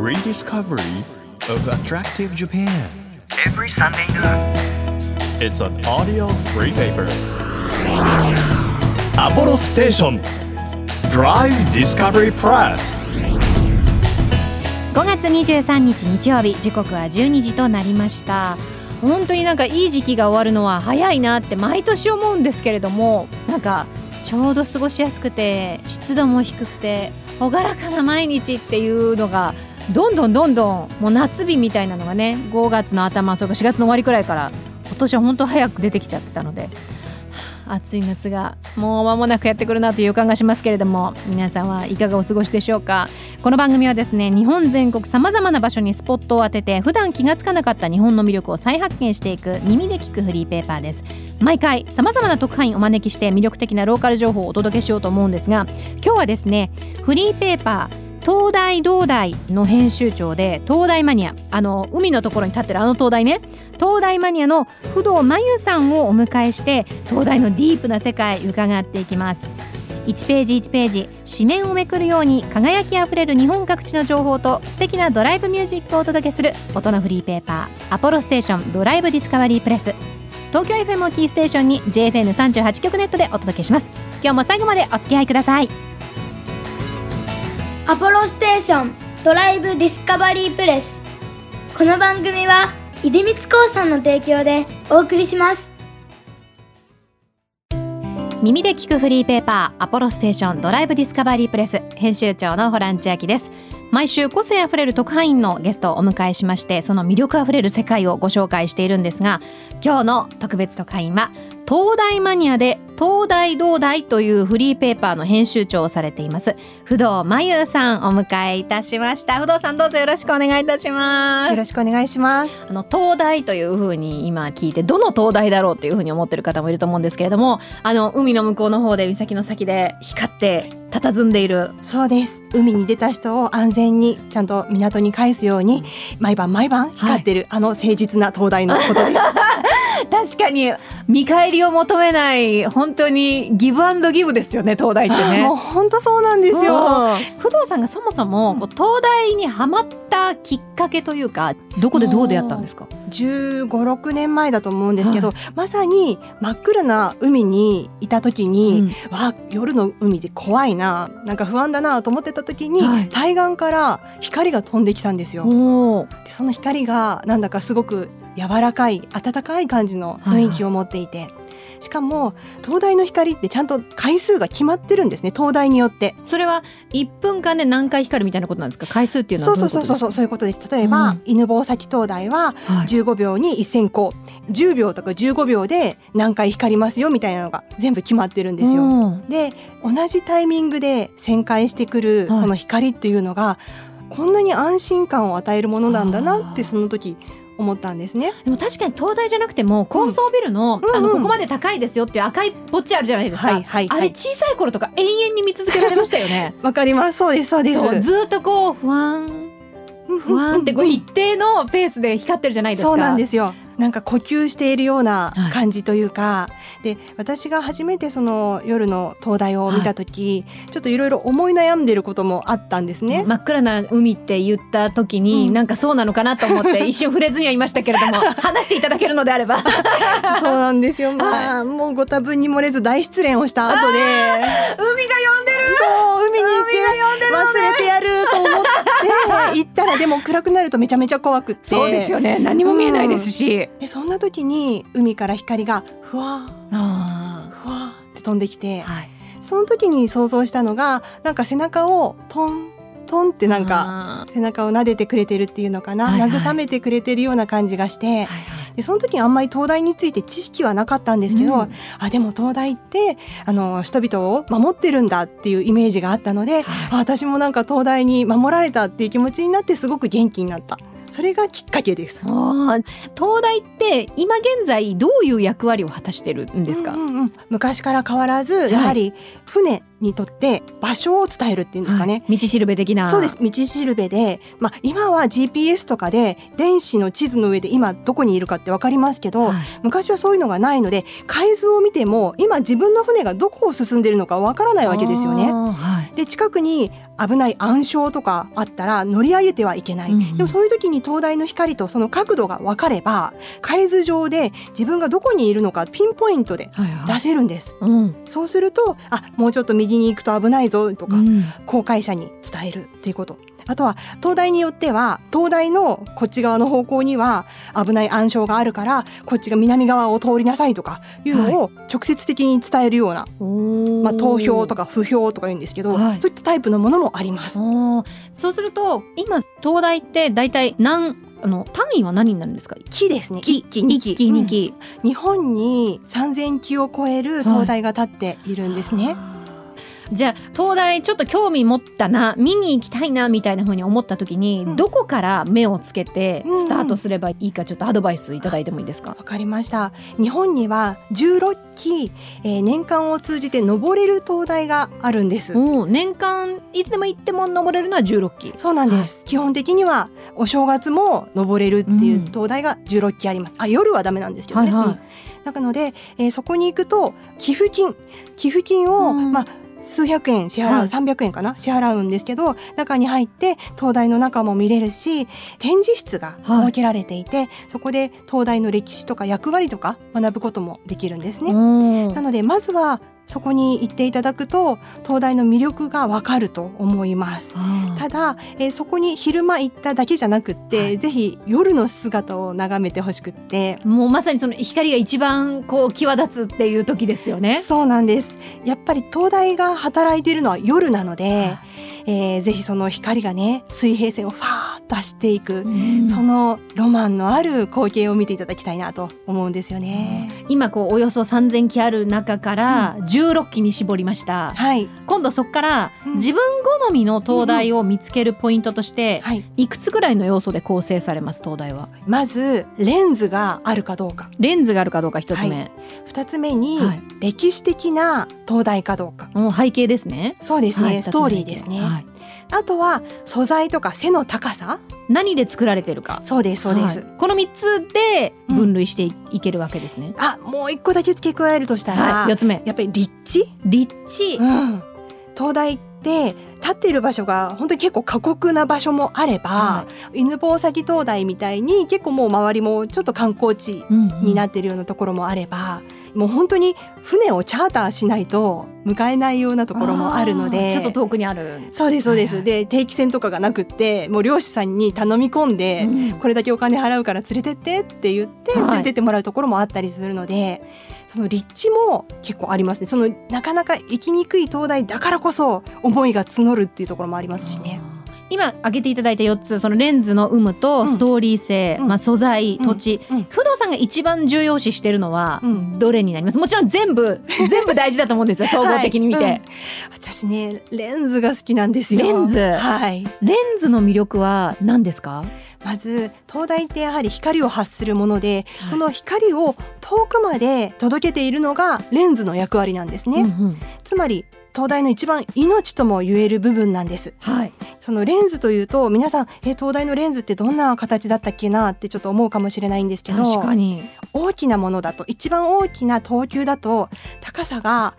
rediscovery of attractive Japan. Every Sunday noon. It's an audio free paper. Apollo Station Drive Discovery Press 5月23日日曜日、時刻は12時となりました。本当になんかいい時期が終わるのは早いなって毎年思うんですけれども、なんかちょうど過ごしやすくて湿度も低くて朗らかな毎日っていうのがどんどんもう夏日みたいなのがね、5月の頭、それから4月の終わりくらいから今年は本当早く出てきちゃってたので、暑い夏がもう間もなくやってくるなという予感がしますけれども、皆さんはいかがお過ごしでしょうか。この番組はですね、日本全国さまざまな場所にスポットを当てて普段気がつかなかった日本の魅力を再発見していく耳で聞くフリーペーパーです。毎回さまざまな特派員をお招きして魅力的なローカル情報をお届けしようと思うんですが、今日はですね、フリーペーパー東大同大の編集長で東大マニア、海のところに立ってる東大ね、東大マニアの不動真由さんをお迎えして東大のディープな世界伺っていきます。1ページ1ページ紙面をめくるように輝きあふれる日本各地の情報と素敵なドライブミュージックをお届けする音のフリーペーパーアポロステーションドライブディスカバリープレス、東京 FM をキーステーションに JFN38 局ネットでお届けします。今日も最後までお付き合いください。 アポロステーションドライブディスカバリープレス、この番組は出光興産の提供でお送りします。 耳で聞くフリーペーパーアポロステーションドライブディスカバリープレス、編集長のホラン千秋です。毎週個性あふれる特派員のゲストをお迎えしまして、その魅力あふれる世界をご紹介しているんですが、今日の特別特派員は東大マニアで東大同大というフリーペーパーの編集長をされています不動真由さんをお迎えいたしました。不動さん、どうぞよろしくお願いいたします。 よろしくお願いします。 東大というふうに今聞いて、どの東大だろうというふうに思ってる方もいると思うんですけれども、海の向こうの方で、岬の先で光って佇んでいる。 そうです。海に出た人を安全にちゃんと港に返すように毎晩光ってる、誠実な東大のことです確かに見返りを求めない本当にギブアンドギブですよね、東大ってね。 もう本当そうなんですよ。 不動さんがそもそも東大にハマったきっかけというか、どこでどう出会ったんですか ？15、6年前だと思うんですけど、まさに真っ暗な海にいた時に、夜の海で怖いな、なんか不安だなと思ってた時に、対岸から光が飛んできたんですよ。でその光がなんだかすごく柔らかい温かい感じの雰囲気を持っていて、しかも東大の光ってちゃんと回数が決まってるんですね、東大によって。 それは1分間で何回光るみたいなことなんですか？回数っていうのはどういうことですか？ そういうことです。例えば、犬吠埼灯台は15秒に1000個、10秒とか15秒で何回光りますよみたいなのが全部決まってるんですよ。で同じタイミングで旋回してくるその光っていうのが、こんなに安心感を与えるものなんだなってその時思ったんですね。 でも確かに東大じゃなくても高層ビルの、ここまで高いですよっていう赤いポッチあるじゃないですか、あれ小さい頃とか永遠に見続けられましたよねわかります。そうですそうです。 ずっとこうふわんってこう一定のペースで光ってるじゃないですか。 そうなんですよ。なんか呼吸しているような感じというか、で私が初めてその夜の東大を見た時、ちょっといろいろ思い悩んでることもあったんですね。 真っ暗な海って言った時に、なんかそうなのかなと思って一瞬触れずにはいましたけれども話していただけるのであればそうなんですよ。もうご多分に漏れず大失恋をした後で、海が呼んでる、そう海に行って忘れてやると思って行ったら、でも暗くなるとめちゃめちゃ怖くって。 そうですよね、何も見えないですし、 でそんな時に海から光がふわって飛んできて、その時に想像したのが、なんか背中をトントンってなんか背中を撫でてくれてるっていうのかな、慰めてくれてるような感じがして、でその時にあんまり東大について知識はなかったんですけど、でも東大って人々を守ってるんだっていうイメージがあったので、私もなんか東大に守られたっていう気持ちになってすごく元気になった。それがきっかけです。 東大って今現在どういう役割を果たしてるんですか？ 昔から変わらず、やはり船にとって場所を伝えるっていうんですかね、 道しるべ的な。 そうです、道しるべで、今は GPS とかで電子の地図の上で今どこにいるかって分かりますけど、昔はそういうのがないので海図を見ても今自分の船がどこを進んでいるのか分からないわけですよね。で近くに危ない暗礁とかあったら乗り上げてはいけない、でもそういう時に灯台の光とその角度が分かれば海図上で自分がどこにいるのかピンポイントで出せるんです、そうするともうちょっと右に行くと危ないぞとか、航海者に伝えるっていうこと。あとは灯台によっては灯台のこっち側の方向には危ない暗礁があるからこっちが南側を通りなさいとかいうのを直接的に伝えるような、投票とか不評とか言うんですけど、そういったタイプのものもあります。 そうすると今灯台ってだいたい単位は何になるんですか？ 木ですね。1基2基、日本に3000基を超える灯台が立っているんですね。 じゃあ灯台ちょっと興味持ったな、見に行きたいなみたいな風に思った時に、どこから目をつけてスタートすればいいか、ちょっとアドバイスいただいてもいいですか？ わかりました。日本には16基、年間を通じて登れる灯台があるんです。 年間いつでも行っても登れるのは16基。 そうなんです、基本的にはお正月も登れるっていう灯台が16基あります。夜はダメなんですけどね、なので、そこに行くと寄付金を、数百円支払う、300円かな支払うんですけど、中に入って灯台の中も見れるし、展示室が設けられていて、そこで灯台の歴史とか役割とか学ぶこともできるんですね。なのでまずはそこに行っていただくと灯台の魅力がわかると思います。ただ、そこに昼間行っただけじゃなくって、ぜひ夜の姿を眺めてほしくって、 もうまさにその光が一番際立つっていう時ですよね。 そうなんです。やっぱり灯台が働いているのは夜なので、ぜひその光がね水平線をファーッと走っていく、そのロマンのある光景を見ていただきたいなと思うんですよね。 今およそ3000基ある中から16基に絞りました、今度そこから自分好みの灯台を見つけるポイントとして、いくつぐらいの要素で構成されます？灯台はまずレンズがあるかどうか。 レンズがあるかどうか1つ目、 2つ目に、歴史的な灯台かどうか。 背景ですね。 そうですね、ストーリーですね。あとは素材とか背の高さ、 何で作られてるか。 そうですそうです、 この3つで分類していけるわけですね。 もう1個だけ付け加えるとしたら、 4つ目やっぱり立地。灯台って立っている場所が本当に結構過酷な場所もあれば、犬吠埼灯台みたいに結構もう周りもちょっと観光地になっているようなところもあれば、もう本当に船をチャーターしないと向かえないようなところもあるので、 ちょっと遠くにある。 そうですそうです、で定期船とかがなくって、もう漁師さんに頼み込んで、これだけお金払うから連れてってって言って連れてってもらうところもあったりするので、その立地も結構ありますね。そのなかなか行きにくい灯台だからこそ思いが募るっていうところもありますしね。 今挙げていただいた4つ、そのレンズの有無とストーリー性、素材、土地、不動さんが一番重要視しているのはどれになります？もちろん全部大事だと思うんですよ総合的に見て、 私ねレンズが好きなんですよ。 レンズ、レンズの魅力は何ですか？ まず灯台ってやはり光を発するもので、その光を遠くまで届けているのがレンズの役割なんですね。つまり灯台の一番命とも言える部分なんです。そのレンズというと皆さん灯台のレンズってどんな形だったっけなってちょっと思うかもしれないんですけど、 確かに大きなものだと、一番大きな灯球だと高さが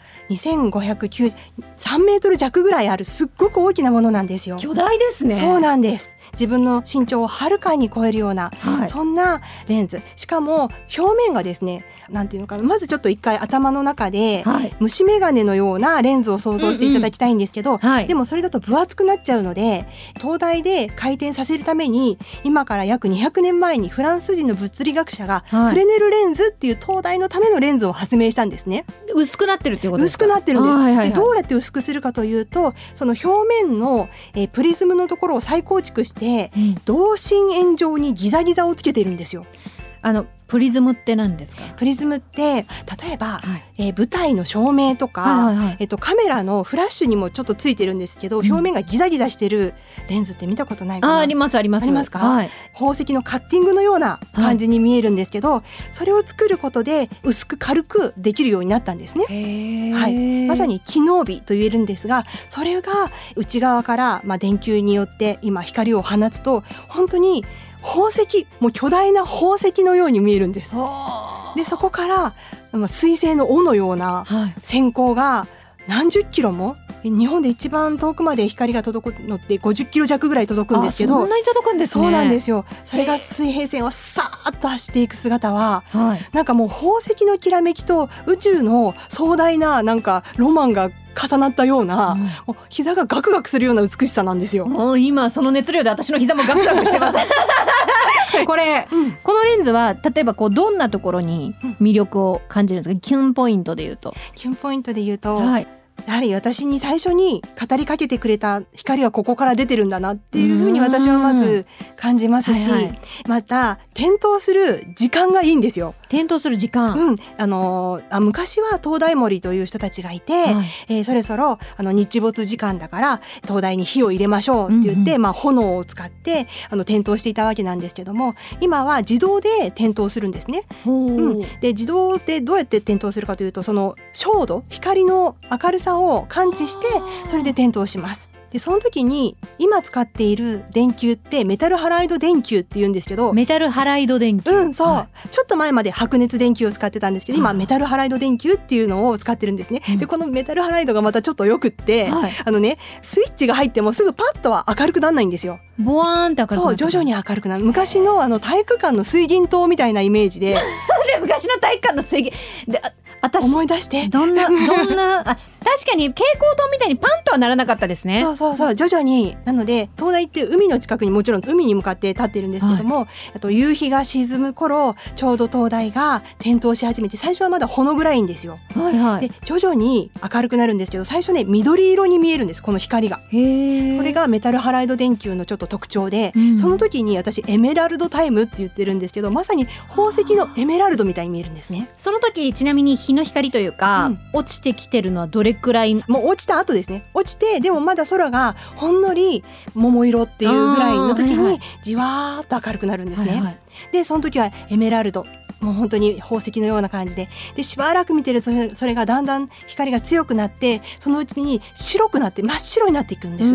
2593メートル弱ぐらいある、すっごく大きなものなんですよ。 巨大ですね。 そうなんです。自分の身長をはるかに超えるような、そんなレンズ。しかも表面がですね、なんていうのかな、まずちょっと一回頭の中で、虫眼鏡のようなレンズを想像していただきたいんですけど、でもそれだと分厚くなっちゃうので、灯台で回転させるために今から約200年前にフランス人の物理学者がフレネルレンズっていう灯台のためのレンズを発明したんですね。 薄くなってるっていうことですか？ 薄くなってるんです。でどうやって薄くするかというと、その表面の、プリズムのところを再構築して、同心円状にギザギザをつけてるんですよ。 プリズムって何ですか？ プリズムって例えば、舞台の照明とか、カメラのフラッシュにもちょっとついてるんですけど、表面がギザギザしてるレンズって見たことないかな？ ありますあります。 ありますか？宝石のカッティングのような感じに見えるんですけど、それを作ることで薄く軽くできるようになったんですね。まさに機能美と言えるんですが、それが内側から、電球によって今光を放つと本当に宝石、もう巨大な宝石のように見えるんです。でそこから水星の尾のような閃光が何十キロも、日本で一番遠くまで光が届くのって50キロ弱ぐらい届くんですけど、 そんなに届くんですね。 そうなんですよ。それが水平線をさーっと走っていく姿は、なんかもう宝石のきらめきと宇宙の壮大ななんかロマンが重なったような、もう膝がガクガクするような美しさなんですよ。 もう今その熱量で私の膝もガクガクしてますこのレンズは例えばどんなところに魅力を感じるんですか？キュンポイントで言うと。やはり私に最初に語りかけてくれた光はここから出てるんだなっていうふうに私はまず感じますし、また点灯する時間がいいんですよ。 点灯する時間、 昔は灯台森という人たちがいて、そろそろ日没時間だから灯台に火を入れましょうって言って、炎を使って点灯していたわけなんですけども、今は自動で点灯するんですね。で自動でどうやって点灯するかというと、その照度、光の明るさを感知してそれで点灯します。でその時に今使っている電球ってメタルハライド電球って言うんですけど、 メタルハライド電球、 ちょっと前まで白熱電球を使ってたんですけど、今メタルハライド電球っていうのを使ってるんですね。でこのメタルハライドがまたちょっとよくって、スイッチが入ってもすぐパッとは明るくならないんですよ。 ボワーンって明るくなる。 そう、徐々に明るくなる。昔の体育館の水銀灯みたいなイメージで昔の体育館の水銀で、私思い出してどんな確かに蛍光灯みたいにパンとはならなかったですね。 そう徐々に。なので灯台って海の近くに、もちろん海に向かって立ってるんですけども、夕日が沈む頃ちょうど灯台が点灯し始めて、最初はまだほの暗いんですよ。で徐々に明るくなるんですけど、最初ね緑色に見えるんです、この光が。これがメタルハライド電球のちょっと特徴で、その時に私エメラルドタイムって言ってるんですけど、まさに宝石のエメラルドみたいに見えるんですね。 その時ちなみに日の光というか、落ちてきてるのはどれくらい？ もう落ちた後ですね。落ちてでもまだ空がほんのり桃色っていうぐらいの時にじわーっと明るくなるんですね。でその時はエメラルド、もう本当に宝石のような感じで、しばらく見てるとそれがだんだん光が強くなって、そのうちに白くなって真っ白になっていくんです。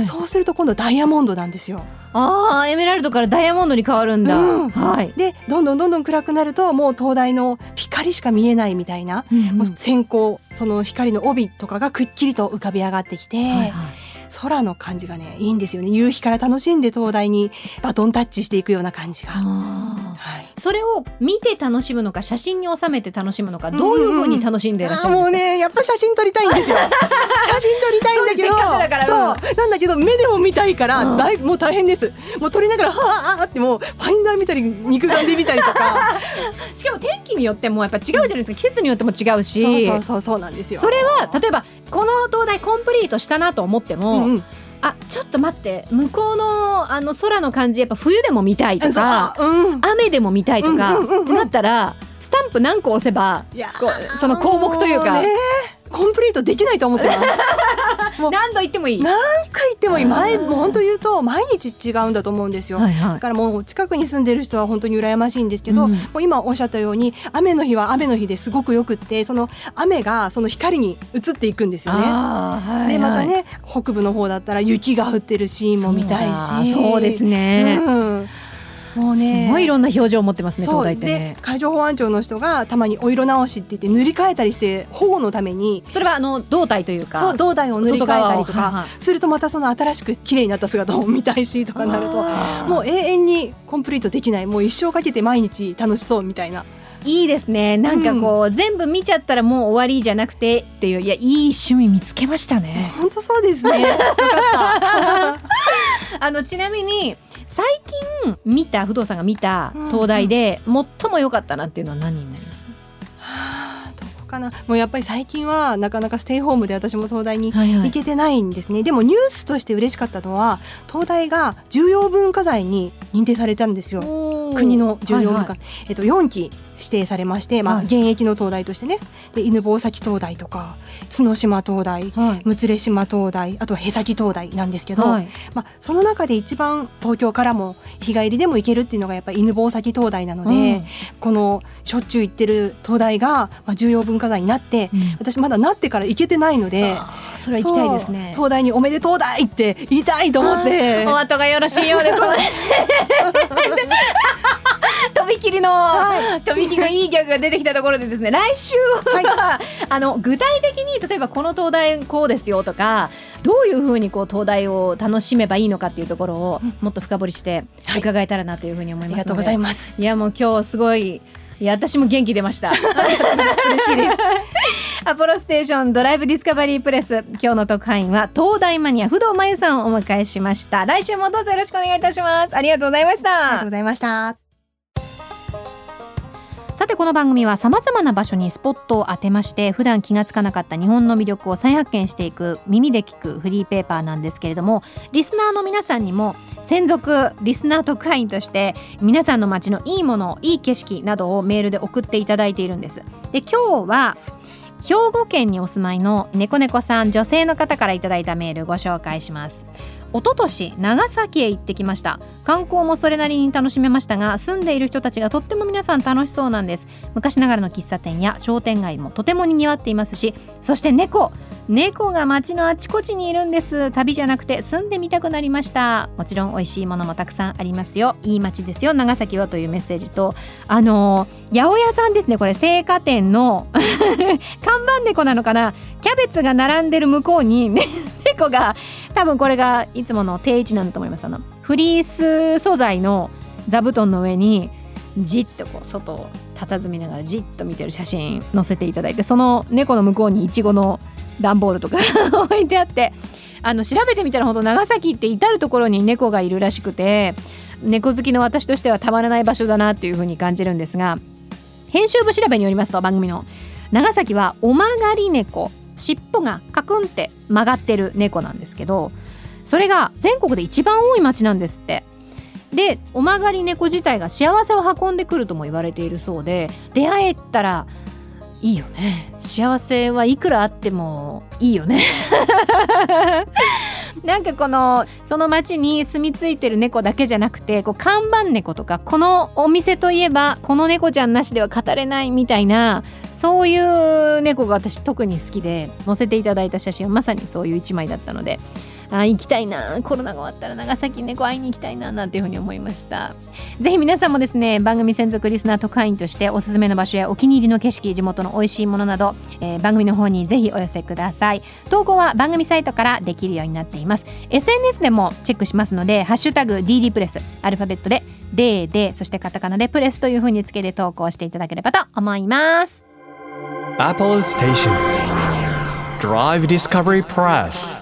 そうすると今度ダイヤモンドなんですよ。 エメラルドからダイヤモンドに変わるんだ。 でどんどん暗くなるともう灯台の光しか見えないみたいな、もう閃光、その光の帯とかがくっきりと浮かび上がってきて、空の感じがねいいんですよね。夕日から楽しんで灯台にバトンタッチしていくような感じが、 それを見て楽しむのか写真に収めて楽しむのか、どういう風に楽しんでいらっしゃるんですか？ もうねやっぱ写真撮りたいんですよ写真撮りたいんだけどそうなんだけど目でも見たいからもう大変です。もう撮りながらはーってもうファインダー見たり肉眼で見たりとかしかも天気によってもやっぱ違うじゃないですか。季節によっても違うし、 そうなんですよ。 それは例えばこの灯台コンプリートしたなと思っても、ちょっと待って、向こうの空の感じやっぱ冬でも見たいとか、雨でも見たいとかってなったら、スタンプ何個押せばその項目というかコンプリートできないと思ってますもう何度言ってもいい、 何回言ってもいい。もう本当言うと毎日違うんだと思うんですよ。だからもう近くに住んでる人は本当に羨ましいんですけど、もう今おっしゃったように雨の日は雨の日ですごくよくって、その雨がその光に移っていくんですよね。でまたね北部の方だったら雪が降ってるシーンも見たいし。 そうですね、もうね、すごいいろんな表情を持ってますね、灯台ってね。 で海上保安庁の人がたまにお色直しって言って塗り替えたりして保護のために、 それは胴体というか、 そう胴体を塗り替えたりとかすると、またその新しく綺麗になった姿を見たいしとかなると、もう永遠にコンプリートできない、もう一生かけて毎日楽しそうみたいな。 いいですね。なんか全部見ちゃったらもう終わりじゃなくてっていう、いやいい趣味見つけましたね。 本当そうですねよかったちなみに最近見た不動さんが見た灯台で最も良かったなっていうのは何になります？ どこかな、もうやっぱり最近はなかなかステイホームで私も東大に行けてないんですね、でもニュースとして嬉しかったのは東大が重要文化財に認定されたんですよ。国の重要文化、4期指定されまして、現役の東大としてね、で犬吠埼東大とか角島東大、六連島東大、あとはへさき東大なんですけど、その中で一番東京からも日帰りでも行けるっていうのがやっぱり犬吠埼東大なので、このしょっちゅう行ってる東大が、重要文化財になって、私まだなってから行けてないので、 それは行きたいですね。 東大におめでとうだいって言いたいと思って、 お後がよろしいようでとびきりのいいギャグが出てきたところでですね、来週は、具体的に例えばこの東大こうですよとか、どういうふうにこう東大を楽しめばいいのかっていうところをもっと深掘りして伺えたらなというふうに思いますので、 ありがとうございます。 いやもう今日すごい、私も元気出ました嬉しいですアポロステーションドライブディスカバリープレス、今日の特派員は東大マニア不動真由さんをお迎えしました。来週もどうぞよろしくお願いいたします。ありがとうございました。 ありがとうございました。 さてこの番組はさまざまな場所にスポットを当てまして、普段気がつかなかった日本の魅力を再発見していく耳で聞くフリーペーパーなんですけれども、リスナーの皆さんにも専属リスナー特派員として皆さんの街のいいもの、いい景色などをメールで送っていただいているんです。で今日は兵庫県にお住まいの猫猫さん、女性の方からいただいたメールご紹介します。一昨年長崎へ行ってきました。観光もそれなりに楽しめましたが、住んでいる人たちがとっても皆さん楽しそうなんです。昔ながらの喫茶店や商店街もとても賑わっていますし、そして猫が街のあちこちにいるんです。旅じゃなくて住んでみたくなりました。もちろん美味しいものもたくさんありますよ。いい街ですよ長崎は、というメッセージと、八百屋さんですね、これ青果店の看板猫なのかな、キャベツが並んでる向こうに、猫が、多分これがいつもの定位置なんだと思います。フリース素材の座布団の上にじっとこう外を佇みながらじっと見てる写真載せていただいて、その猫の向こうにイチゴの段ボールとか置いてあって、調べてみたら本当長崎って至る所に猫がいるらしくて、猫好きの私としてはたまらない場所だなっていう風に感じるんですが、編集部調べによりますと、番組の長崎はお曲がり猫、尻尾がカクンって曲がってる猫なんですけど、それが全国で一番多い町なんですって。でお曲がり猫自体が幸せを運んでくるとも言われているそうで、出会えたらいいよね。幸せはいくらあってもいいよねなんかその町に住み着いてる猫だけじゃなくて、こう看板猫とか、このお店といえばこの猫ちゃんなしでは語れないみたいな、そういう猫が私特に好きで、載せていただいた写真はまさにそういう一枚だったので、行きたいな、コロナが終わったら長崎猫会いに行きたいななんていうふうに思いました。ぜひ皆さんもですね、番組専属リスナー特派員としておすすめの場所やお気に入りの景色、地元の美味しいものなど、番組の方にぜひお寄せください。投稿は番組サイトからできるようになっています。 SNS でもチェックしますので、ハッシュタグ DD プレス、アルファベットで DD、 そしてカタカナでプレスというふうにつけて投稿していただければと思います。 Apollo Station Drive Discovery Press、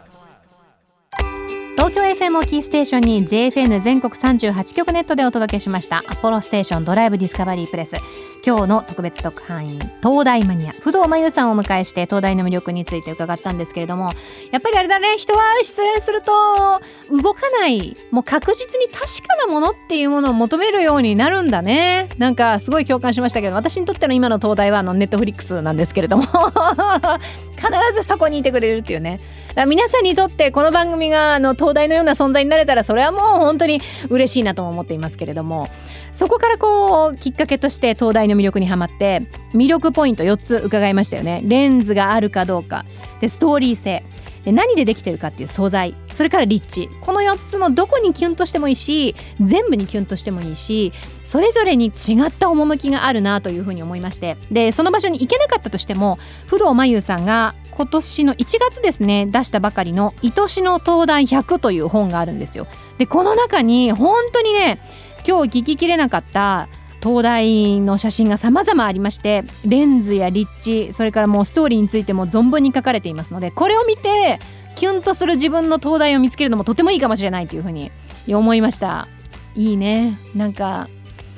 東京 FM をキーステーションに JFN 全国38局ネットでお届けしましたアポロステーションドライブディスカバリープレス。今日の特別特派員、東大マニア不動真由さんをお迎えして東大の魅力について伺ったんですけれども、やっぱりあれだね、人は失恋すると動かない、もう確実に確かなものっていうものを求めるようになるんだね。なんかすごい共感しましたけど、私にとっての今の東大はネットフリックスなんですけれども必ずそこにいてくれるっていうね。だから皆さんにとってこの番組が東大のような存在になれたら、それはもう本当に嬉しいなとも思っていますけれども、そこからこうきっかけとして東大の魅力にハマって、魅力ポイント4つ伺いましたよね。レンズがあるかどうかで、ストーリー性で、何でできてるかっていう素材、それから立地、この4つのどこにキュンとしてもいいし、全部にキュンとしてもいいし、それぞれに違った趣があるなというふうに思いまして、でその場所に行けなかったとしても、不動真由さんが今年の1月ですね出したばかりの愛しの東大100という本があるんですよ。でこの中に本当にね、今日聞ききれなかった東大の写真が様々ありまして、レンズや立地、それからもうストーリーについても存分に書かれていますので、これを見てキュンとする自分の東大を見つけるのもとてもいいかもしれないというふうに思いました。いいね、なんか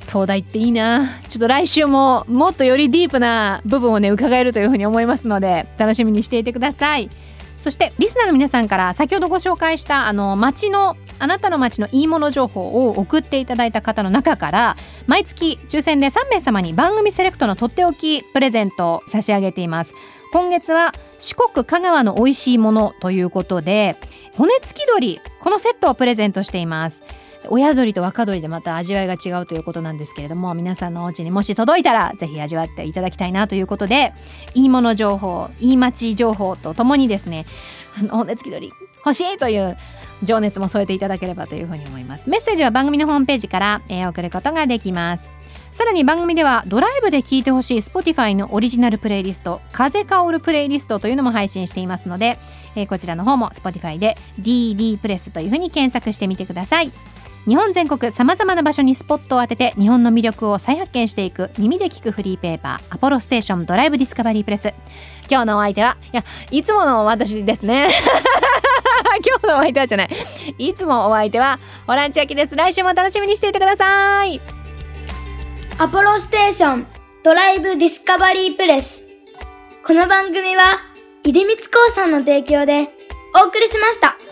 東大っていいな。ちょっと来週ももっとよりディープな部分をね伺えるというふうに思いますので楽しみにしていてください。そしてリスナーの皆さんから先ほどご紹介したあなたの街のいいもの情報を送っていただいた方の中から毎月抽選で3名様に番組セレクトのとっておきプレゼントを差し上げています。今月は四国香川の美味しいものということで骨付き鶏このセットをプレゼントしています。親鶏と若鶏でまた味わいが違うということなんですけれども、皆さんのお家にもし届いたらぜひ味わっていただきたいなということで、いいもの情報、いい街情報とともにですね、骨付き鶏欲しいという情熱も添えていただければというふうに思います。メッセージは番組のホームページから、送ることができます。さらに番組ではドライブで聴いてほしい Spotify のオリジナルプレイリスト、風香るプレイリストというのも配信していますので、こちらの方も Spotify で DD プレスというふうに検索してみてください。日本全国さまざまな場所にスポットを当てて日本の魅力を再発見していく耳で聞くフリーペーパーアポロステーションドライブディスカバリープレス。今日のお相手はいつもの私ですね今日のお相手はじゃない、いつもお相手はホラン千秋です。来週も楽しみにしていてください。 アポロステーションドライブディスカバリープレス。この番組は出光興産の提供でお送りしました。